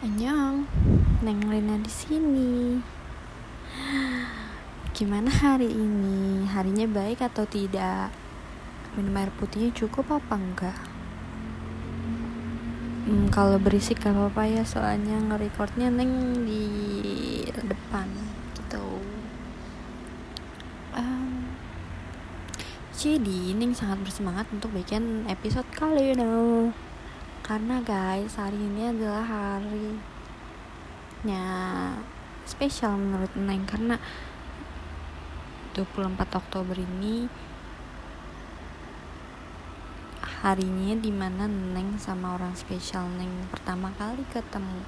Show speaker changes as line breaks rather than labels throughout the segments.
Annyeong, Neng Lena di sini. Gimana hari ini? Harinya baik atau tidak? Minum air putihnya cukup apa enggak? Kalau berisik gak apa-apa ya, soalnya nge-recordnya Neng di depan gitu. Jadi Neng sangat bersemangat untuk bikin episode kali ini. Karena guys, hari ini adalah harinya spesial menurut Neng, karena 24 Oktober ini harinya dimana Neng sama orang spesial Neng pertama kali ketemu.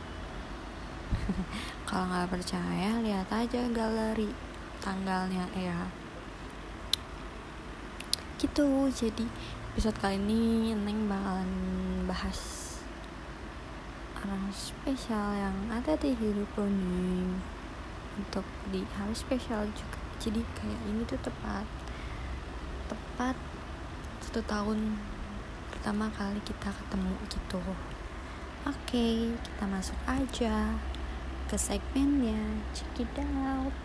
Kalau gak percaya, lihat aja galeri tanggalnya ya. Gitu, jadi episode kali ini Neng bakalan bahas orang spesial yang ada di hidup Neng untuk di hari spesial juga. Jadi kayak ini tuh tepat 1 tahun pertama kali kita ketemu gitu. Oke, kita masuk aja ke segmennya. Check it out.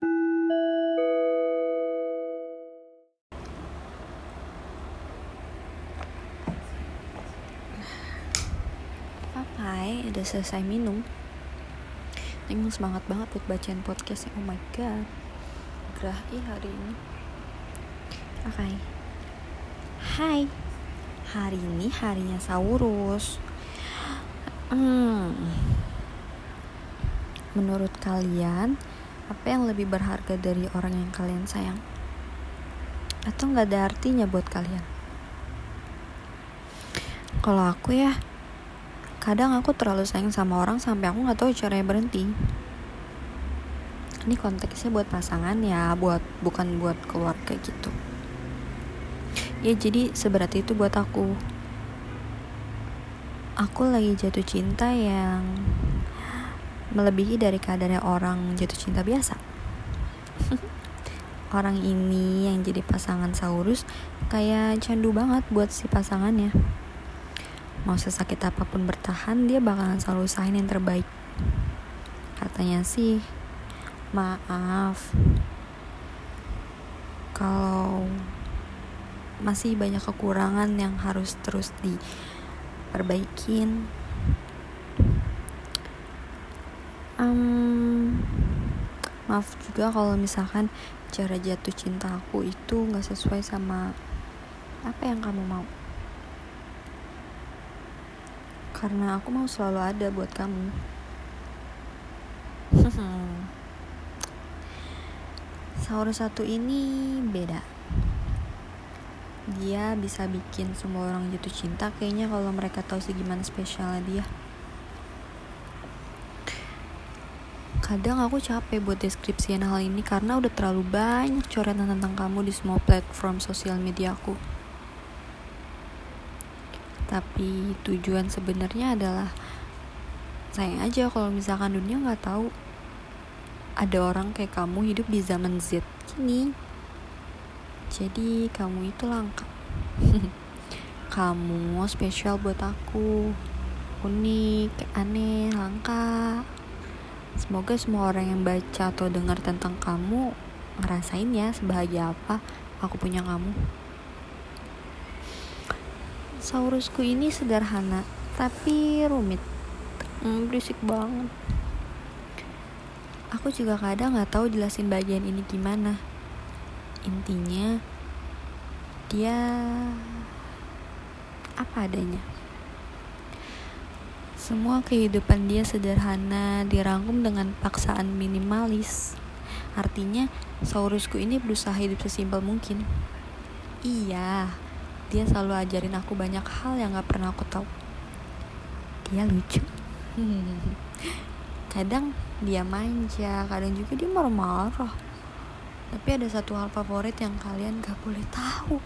Papai udah selesai minum. Neng semangat banget buat bacain podcastnya. Oh my god, gerah hari ini. Oke. Hai, hari ini harinya Saurus. Menurut kalian, apa yang lebih berharga dari orang yang kalian sayang? Atau gak ada artinya buat kalian? Kalau aku ya, kadang aku terlalu sayang sama orang sampai aku gak tahu caranya berhenti. Ini konteksnya buat pasangan ya, bukan buat keluarga gitu. Ya jadi seberat itu buat aku. Aku lagi jatuh cinta yang melebihi dari kadarnya orang jatuh cinta biasa. Orang ini yang jadi pasangan Saurus kayak candu banget buat si pasangannya. Mau sesakit apapun bertahan, dia bakalan selalu usahain yang terbaik. Katanya sih, maaf kalau masih banyak kekurangan yang harus terus diperbaikin. Maaf juga kalau misalkan cara jatuh cinta aku itu gak sesuai sama apa yang kamu mau. Karena aku mau selalu ada buat kamu. Saurus satu ini beda. Dia bisa bikin semua orang jatuh cinta kayaknya kalau mereka tahu segimana spesialnya dia. Kadang aku capek buat deskripsiin hal ini karena udah terlalu banyak coretan tentang kamu di semua platform sosial media aku. Tapi tujuan sebenarnya adalah sayang aja kalau misalkan dunia gak tahu ada orang kayak kamu hidup di zaman Z gini. Jadi kamu itu langka. Kamu spesial buat aku, unik, aneh, langka. Semoga semua orang yang baca atau dengar tentang kamu ngerasain ya sebahagia apa aku punya kamu. Saurusku ini sederhana tapi rumit. Berisik banget. Aku juga kadang gak tahu jelasin bagian ini gimana. Intinya dia apa adanya. Semua kehidupan dia sederhana, dirangkum dengan paksaan minimalis. Artinya Saurusku ini berusaha hidup sesimpel mungkin. Iya, dia selalu ajarin aku banyak hal yang gak pernah aku tahu. Dia lucu. Kadang dia manja, kadang juga dia marah-marah. Tapi ada satu hal favorit yang kalian gak boleh tahu,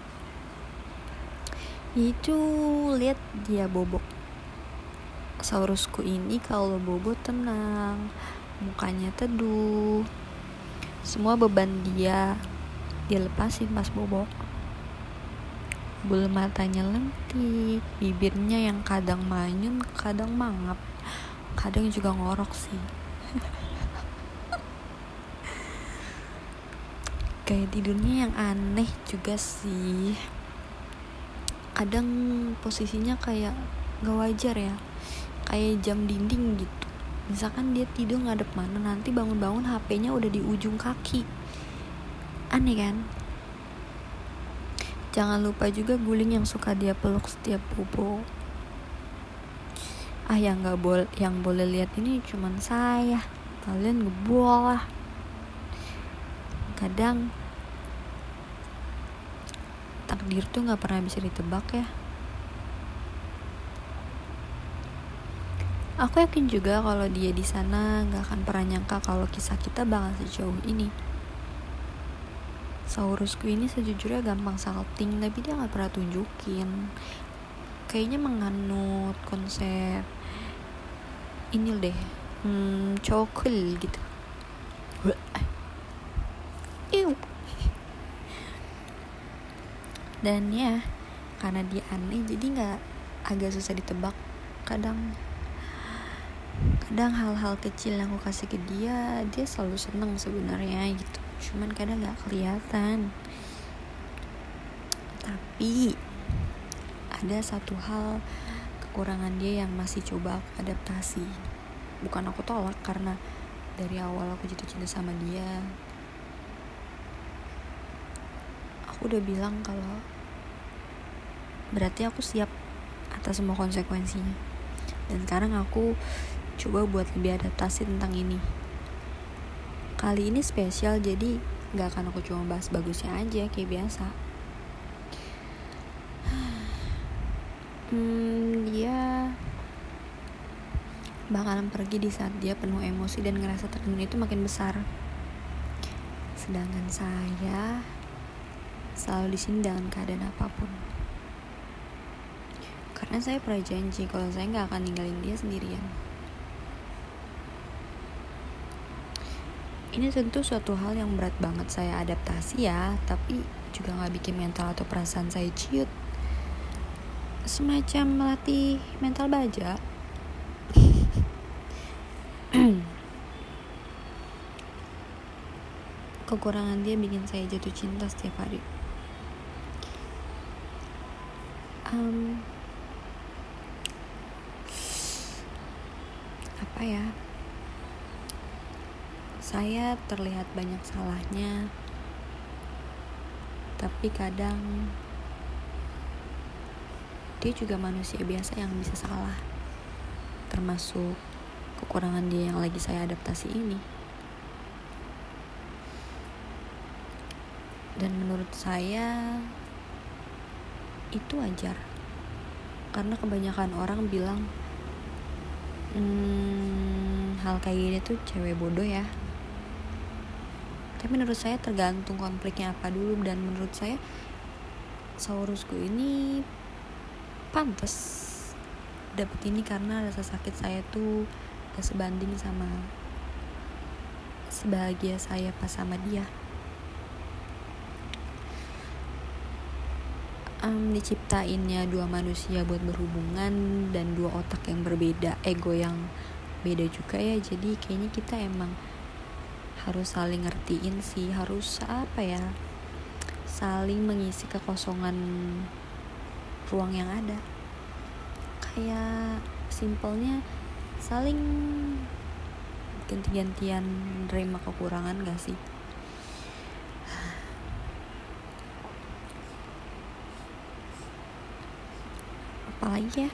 yaitu lihat dia bobo. Saurusku ini kalau bobo tenang, mukanya teduh. Semua beban dia lepasin pas bobo. Bulu matanya lentik, bibirnya yang kadang manyun, kadang mangap. kadang juga ngorok sih. Kayak tidurnya yang aneh juga sih. Kadang posisinya kayak gak wajar ya, kayak jam dinding gitu. Misalkan dia tidur ngadep mana, nanti bangun-bangun HP-nya udah di ujung kaki. Aneh kan? Jangan lupa juga guling yang suka dia peluk setiap bobo. Yang boleh lihat ini cuman saya. Kalian ngebol lah. Kadang takdir tuh nggak pernah bisa ditebak ya. Aku yakin juga kalau dia di sana nggak akan pernah nyangka kalau kisah kita bakal sejauh ini. Saurusku ini sejujurnya gampang salting, tapi dia nggak pernah tunjukin. Kayaknya menganut konsep ini deh, cokul gitu. Dan ya, karena dia aneh jadi agak susah ditebak. Kadang hal-hal kecil yang aku kasih ke dia selalu seneng sebenarnya gitu. Cuman kadang gak kelihatan. Tapi ada satu hal kekurangan dia yang masih coba aku adaptasi. Bukan aku tolak, karena dari awal aku jatuh cinta sama dia. Aku udah bilang kalau berarti aku siap atas semua konsekuensinya. Dan sekarang aku coba buat lebih adaptasi tentang ini. Kali ini spesial, jadi gak akan aku cuma bahas bagusnya aja kayak biasa. Dia bakalan pergi di saat dia penuh emosi dan ngerasa tekanan itu makin besar. Sedangkan saya selalu di sini dengan keadaan apapun. Karena saya pernah janji kalau saya gak akan ninggalin dia sendirian. Ini tentu suatu hal yang berat banget saya adaptasi ya, tapi juga gak bikin mental atau perasaan saya ciut. Semacam melatih mental baja. Kekurangan dia bikin saya jatuh cinta setiap hari. Apa ya? Saya terlihat banyak salahnya, tapi kadang dia juga manusia biasa yang bisa salah, termasuk kekurangan dia yang lagi saya adaptasi ini. Dan menurut saya itu wajar, karena kebanyakan orang bilang hal kayak gini tuh cewek bodoh ya. Tapi menurut saya tergantung konfliknya apa dulu. Dan menurut saya saurusku ini pantas dapet ini, karena rasa sakit saya tuh gak sebanding sama sebahagia saya pas sama dia. Diciptainnya dua manusia buat berhubungan dan dua otak yang berbeda, ego yang beda juga ya. Jadi kayaknya kita emang harus saling ngertiin sih, harus saling mengisi kekosongan ruang yang ada. Kayak simpelnya saling ganti-gantian nerima kekurangan gak sih? Apalagi ya?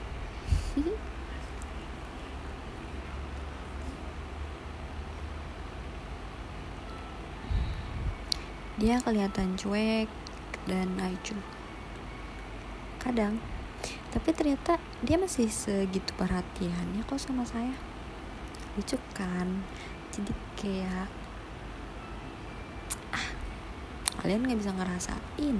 Dia kelihatan cuek dan acuh kadang, tapi ternyata dia masih segitu perhatiannya kok sama saya. Lucu kan? Jadi kayak kalian gak bisa ngerasain.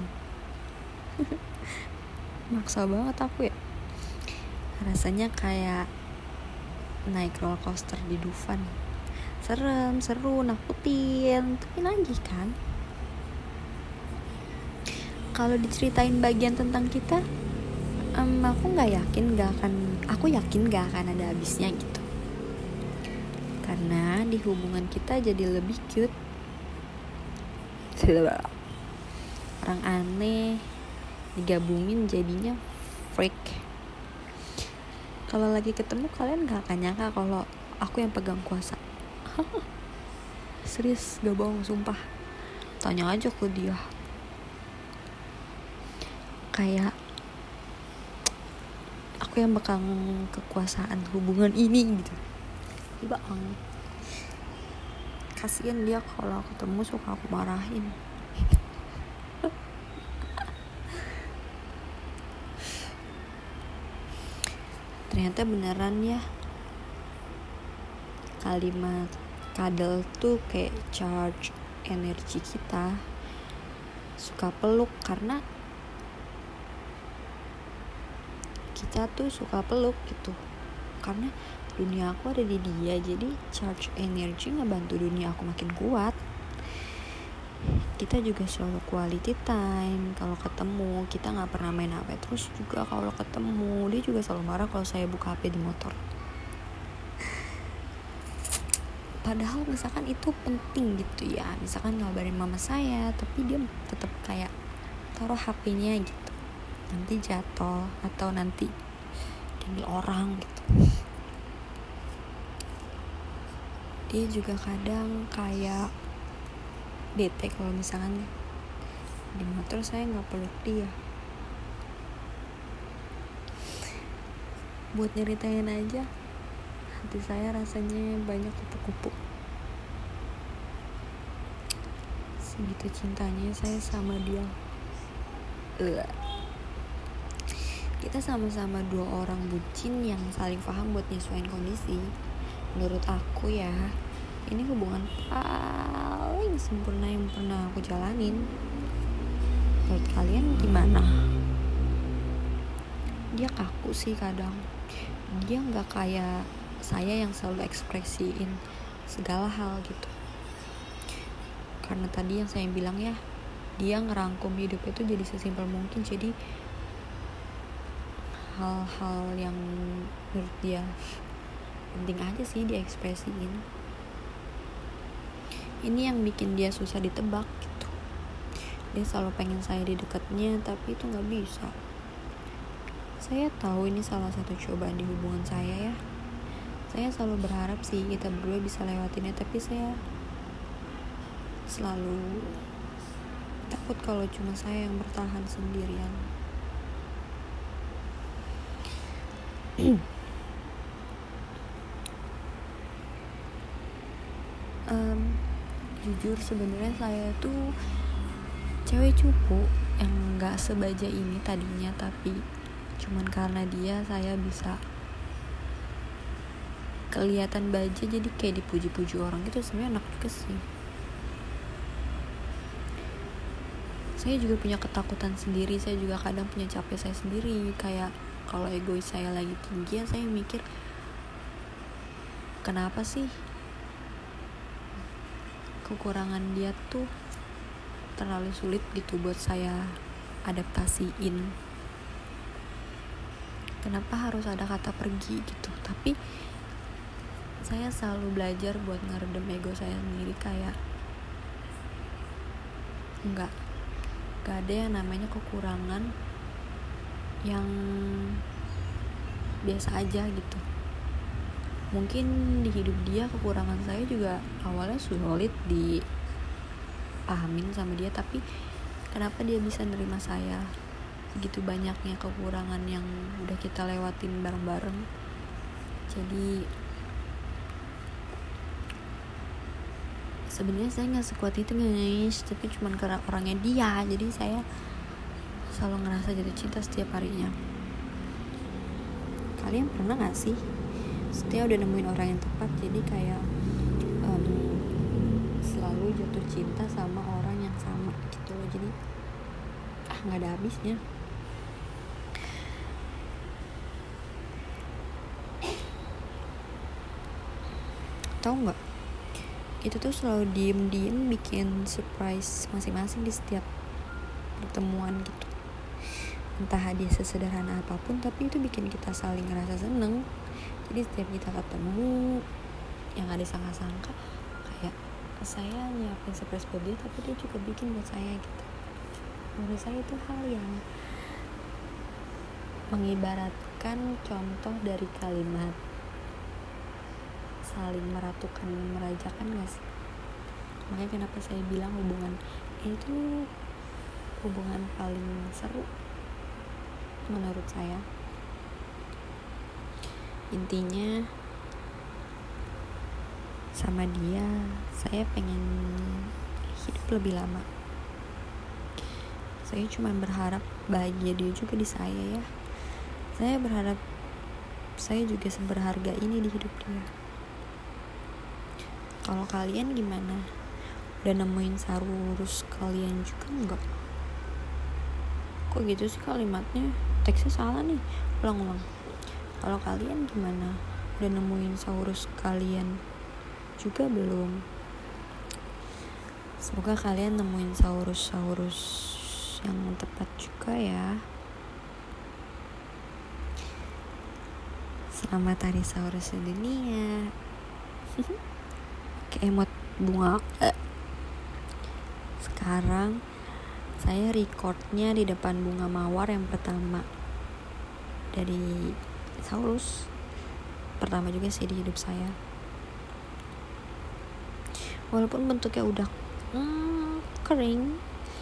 Maksa banget aku ya. Rasanya kayak naik roller coaster di Dufan. Serem, seru, nakutin, tapi nagih kan. Kalau diceritain bagian tentang kita, aku yakin gak akan ada habisnya gitu. karena di hubungan kita jadi lebih cute. Orang aneh digabungin jadinya freak. Kalau lagi ketemu kalian gak akan nyangka kalau aku yang pegang kuasa. Serius, gak bohong, sumpah. Tanya aja ke dia. Kayak aku yang bakal kekuasaan hubungan ini gitu. Tiba kasian dia kalau ketemu suka aku marahin. Ternyata beneran ya, kalimat kadal tuh kayak charge energi kita. Suka peluk karena kita tuh suka peluk gitu, karena dunia aku ada di dia, jadi charge energi ngebantu dunia aku makin kuat. Kita juga selalu quality time. Kalau ketemu kita nggak pernah main HP. Terus juga kalau ketemu dia juga selalu marah kalau saya buka HP di motor. Padahal misalkan itu penting gitu ya, misalkan ngabarin mama saya, tapi dia tetap kayak taruh HP-nya gitu, nanti jatuh atau nanti diambil orang gitu. Dia juga kadang kayak bete kalau misalkan di motor saya nggak peluk dia. Buat nyeritain aja, hati saya rasanya banyak kupu-kupu. Segitu cintanya saya sama dia. Kita sama-sama dua orang bucin yang saling paham buat nyesuaiin kondisi. Menurut aku ya, ini hubungan paling sempurna yang pernah aku jalanin. Menurut kalian gimana? Dia kaku sih kadang. Dia gak kayak saya yang selalu ekspresiin segala hal gitu. Karena tadi yang saya bilang ya, dia ngerangkum hidupnya itu jadi sesimpel mungkin. Jadi hal-hal yang menurut dia penting aja sih diekspresiin. Ini yang bikin dia susah ditebak gitu. Dia selalu pengen saya di dekatnya, tapi itu gak bisa. Saya tahu ini salah satu cobaan di hubungan saya ya. Saya selalu berharap sih kita berdua bisa lewatinnya, tapi saya selalu takut kalau cuma saya yang bertahan sendirian. Jujur sebenarnya saya tuh cewek cupu yang nggak sebaja ini tadinya, tapi cuman karena dia saya bisa kelihatan baja, jadi kayak dipuji-puji orang gitu. Sebenarnya enak juga sih. Saya juga punya ketakutan sendiri, saya juga kadang punya capek saya sendiri. Kayak kalau egois saya lagi tinggi, saya mikir kenapa sih kekurangan dia tuh terlalu sulit gitu buat saya adaptasiin. Kenapa harus ada kata pergi gitu? Tapi saya selalu belajar buat ngeredam ego saya sendiri, kayak enggak ada yang namanya kekurangan yang biasa aja gitu. Mungkin di hidup dia kekurangan saya juga awalnya sulit dipahamin sama dia, tapi kenapa dia bisa nerima saya segitu banyaknya kekurangan yang udah kita lewatin bareng-bareng. Jadi sebenarnya saya nggak sekuat itu guys, tapi cuman karena orangnya dia, jadi saya selalu ngerasa jatuh cinta setiap harinya. Kalian pernah nggak sih setia udah nemuin orang yang tepat, jadi kayak selalu jatuh cinta sama orang yang sama gitu loh, jadi nggak ada habisnya. Tahu nggak, itu tuh selalu diem bikin surprise masing-masing di setiap pertemuan gitu. Entah hadiah sesederhana apapun, tapi itu bikin kita saling ngerasa seneng. Jadi setiap kita ketemu, yang gak disangka-sangka, kayak saya nyiapin surprise buat dia tapi dia juga bikin buat saya gitu. Menurut saya itu hal yang mengibaratkan contoh dari kalimat saling meratukan merajakan gak sih? Makanya kenapa saya bilang hubungan itu hubungan paling seru menurut saya. Intinya sama dia saya pengen hidup lebih lama. Saya cuma berharap bahagia dia juga di saya ya. Saya berharap saya juga seberharga ini di hidup dia. Kalau kalian gimana? Udah nemuin Saurus kalian juga enggak? Kok gitu sih kalimatnya? Teksnya salah nih. Ulang-ulang. Kalau kalian gimana? Udah nemuin Saurus kalian juga belum? Semoga kalian nemuin Saurus yang tepat juga ya. Selamat Hari Saurus sedunia. Kayak emot bunga. Sekarang saya recordnya di depan bunga mawar yang pertama dari Saurus, pertama juga sih di hidup saya. Walaupun bentuknya udah kering,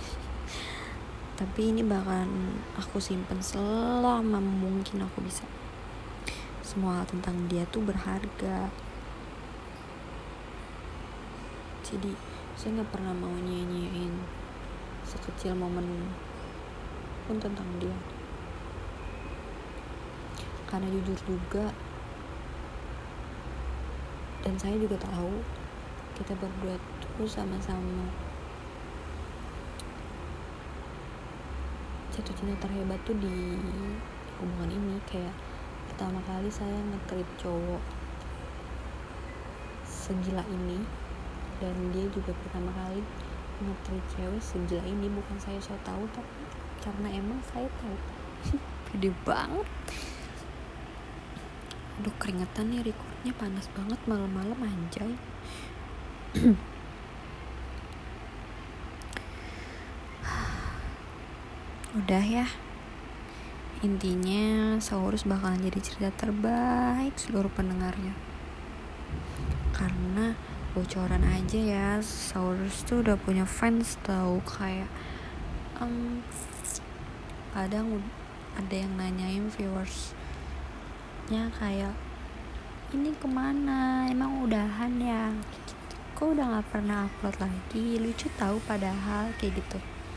tapi ini bakalan aku simpen selama mungkin aku bisa. Semua hal tentang dia tuh berharga. Jadi saya gak pernah mau nyanyiin sekecil momen pun tentang dia. Karena jujur juga, dan saya juga tahu kita berdua tuh sama-sama jatuh cinta terhebat tuh di hubungan ini. Kayak pertama kali saya nge-treat cowok segila ini, dan dia juga pertama kali nge-treat cewek segila ini. Bukan saya so tahu, tapi karena emang saya tahu. Gede banget. Aduh keringetan nih, recordnya panas banget malam-malam anjay. Udah ya, intinya Saurus bakalan jadi cerita terbaik seluruh pendengarnya. Karena bocoran aja ya, Saurus tuh udah punya fans tahu. Kayak kadang ada yang nanyain viewersnya kayak, ini kemana, emang udahan ya gitu. Kok udah gak pernah upload lagi, lucu tahu padahal kayak gitu.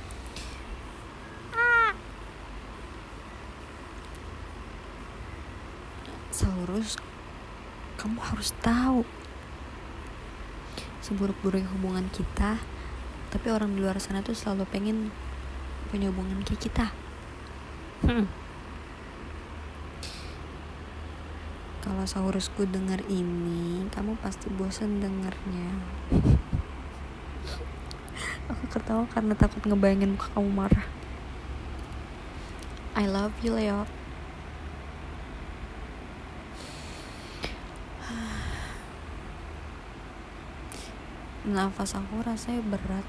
Saurus, kamu harus tahu, seburuk-buruknya hubungan kita, tapi orang di luar sana tuh selalu pengen punya hubungan kayak kita. Kalau Saurusku denger ini, kamu pasti bosan dengernya. Aku ketawa karena takut ngebayangin muka kamu marah. I love you, Leo. Nafas aku rasanya berat.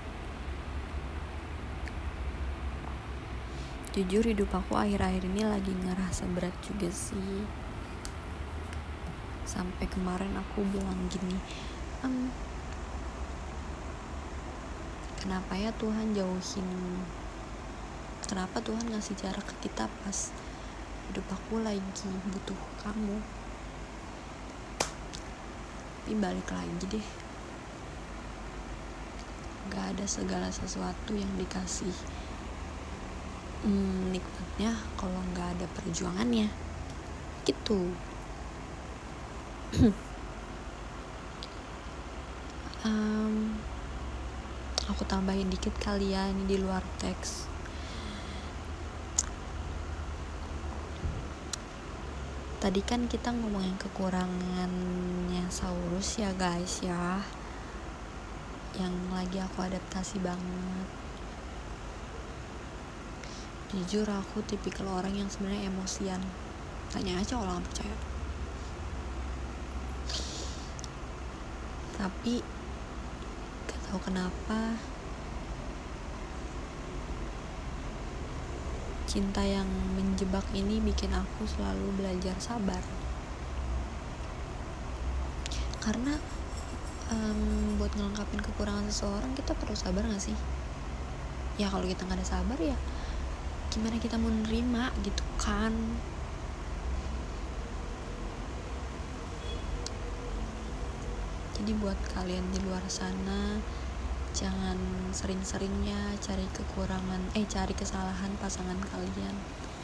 Jujur hidup aku akhir-akhir ini lagi ngerasa berat juga sih. Sampai kemarin aku bilang gini, kenapa ya Tuhan jauhin, kenapa Tuhan ngasih jarak ke kita pas hidup aku lagi butuh kamu. Tapi balik lagi deh, gak ada segala sesuatu yang dikasih nikmatnya kalau gak ada perjuangannya gitu. Aku tambahin dikit kali ya, ini di luar teks. Tadi kan kita ngomongin kekurangannya Saurus ya guys ya, yang lagi aku adaptasi banget. Jujur aku tipikal orang yang sebenarnya emosian. Tanya aja orang percaya. Tapi gak tahu kenapa cinta yang menjebak ini bikin aku selalu belajar sabar. Karena buat ngelengkapin kekurangan seseorang kita perlu sabar gak sih? Ya kalau kita gak ada sabar ya gimana kita mau nerima gitu kan. Jadi buat kalian di luar sana, jangan sering-seringnya cari kesalahan pasangan kalian.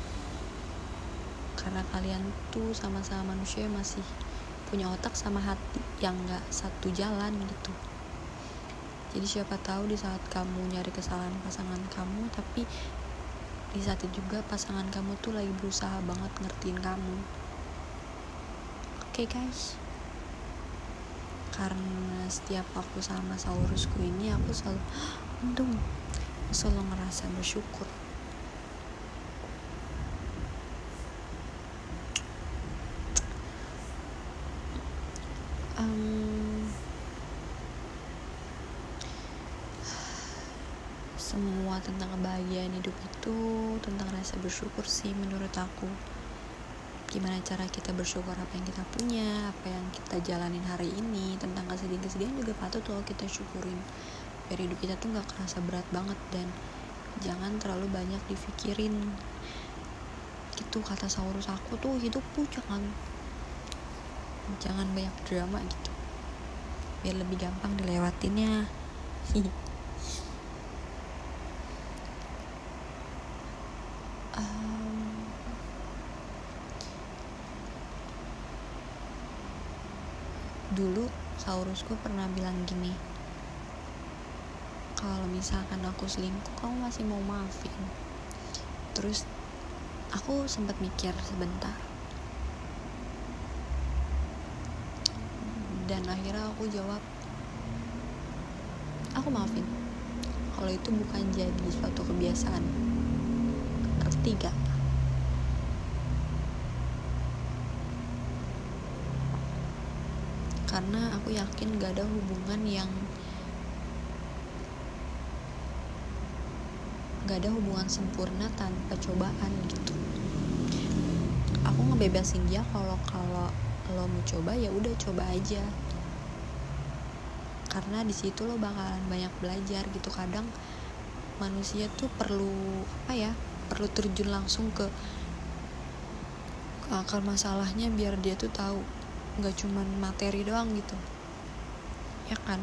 Karena kalian tuh sama-sama manusia masih punya otak sama hati yang gak satu jalan gitu. Jadi siapa tahu di saat kamu nyari kesalahan pasangan kamu, tapi di saat itu juga pasangan kamu tuh lagi berusaha banget ngertiin kamu. Oke guys, karena setiap aku sama Saurusku ini aku selalu ngerasa bersyukur. Semua tentang kebahagiaan hidup itu tentang rasa bersyukur sih menurut aku. Gimana cara kita bersyukur apa yang kita punya, apa yang kita jalanin hari ini. Tentang kesedihan juga patut loh kita syukurin, biar hidup kita tuh gak kerasa berat banget. Dan jangan terlalu banyak dipikirin gitu, kata Saurus aku tuh. Hidup tuh jangan banyak drama gitu, biar lebih gampang dilewatinnya. Dulu Saurusku pernah bilang gini, kalau misalkan aku selingkuh kamu masih mau maafin? Terus aku sempat mikir sebentar, dan akhirnya aku jawab, aku maafin kalau itu bukan jadi suatu kebiasaan. Ngerti gak? Karena aku yakin gak ada hubungan sempurna tanpa cobaan gitu. Aku ngebebasin dia kalau lo mau coba ya udah coba aja. Karena di situ lo bakalan banyak belajar gitu. Kadang manusia tuh perlu terjun langsung ke akar masalahnya biar dia tuh tahu nggak cuman materi doang gitu, ya kan?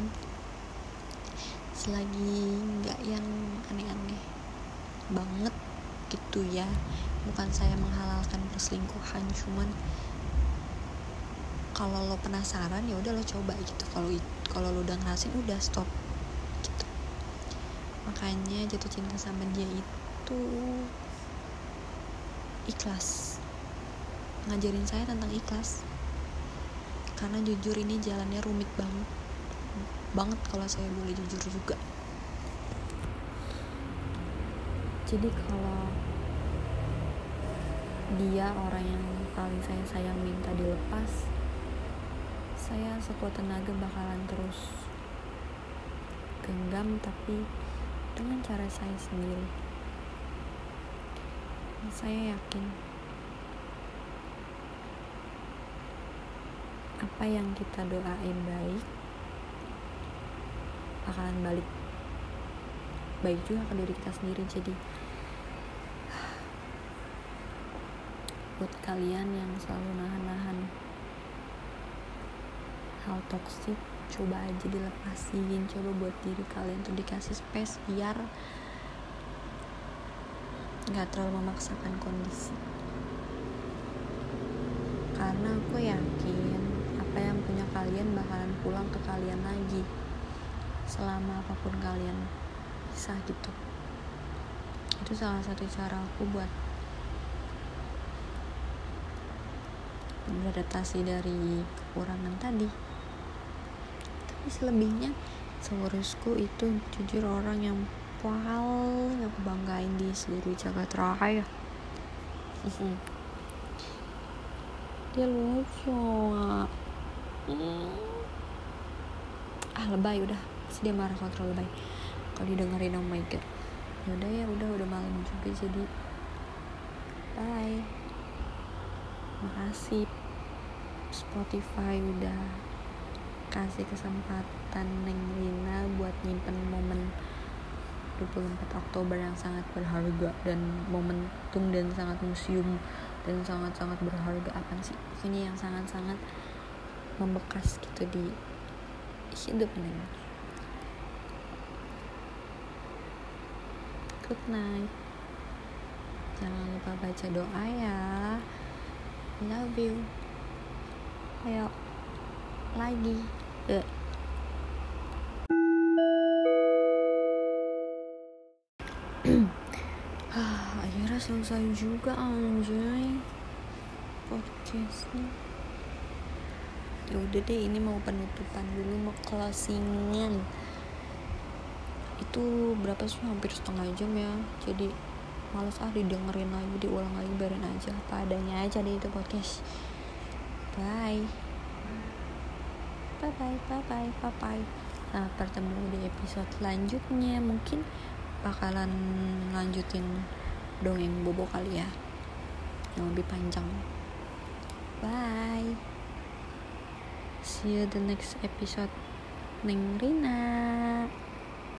Selagi nggak yang aneh-aneh banget gitu ya. Bukan saya menghalalkan perselingkuhan, cuman kalau lo penasaran ya udah lo coba gitu. Kalau lo udah ngerasain udah stop gitu. Makanya jatuh cinta sama dia itu ikhlas, ngajarin saya tentang ikhlas. Karena jujur ini jalannya rumit banget kalau saya boleh jujur juga. Jadi kalau dia orang yang paling saya sayang minta dilepas, saya sekuat tenaga bakalan terus genggam, tapi dengan cara saya sendiri. Saya yakin apa yang kita doain baik bakalan baik juga ke diri kita sendiri. Jadi buat kalian yang selalu nahan hal toksik, coba aja dilepasin. Coba buat diri kalian tuh dikasih space biar gak terlalu memaksakan kondisi. Karena aku yakin apa yang punya kalian bakalan pulang ke kalian lagi selama apapun kalian pisah gitu. Itu salah satu cara aku buat beradaptasi dari kekurangan tadi. Tapi selebihnya Saurusku itu jujur orang yang paling aku banggain di seluruh jagat raya. Dia lucu. lebay udah, pasti dia marah kalau terlalu lebay kalau didengerin. Oh my god, udah malam juga, jadi bye. Makasih Spotify udah kasih kesempatan Neng Rina buat nyimpen momen 24 Oktober yang sangat berharga dan momentum dan sangat museum dan sangat-sangat berharga. Apa sih pokoknya yang sangat-sangat membekas gitu di hidup Neng. Good night, jangan lupa baca doa ya. Love you. Ayo lagi. Akhirnya selesai juga anjay podcastnya. Ya udah deh, ini mau penutupan dulu, mau closingan. Itu berapa sih, hampir setengah jam ya, jadi males didengerin lagi, diulang lagi, biarin aja apa adanya aja deh itu podcast. Bye. Nah, bertemu di episode selanjutnya, mungkin bakalan lanjutin dongeng bobo kali ya, yang lebih panjang. Bye, see you the next episode Neng Rina.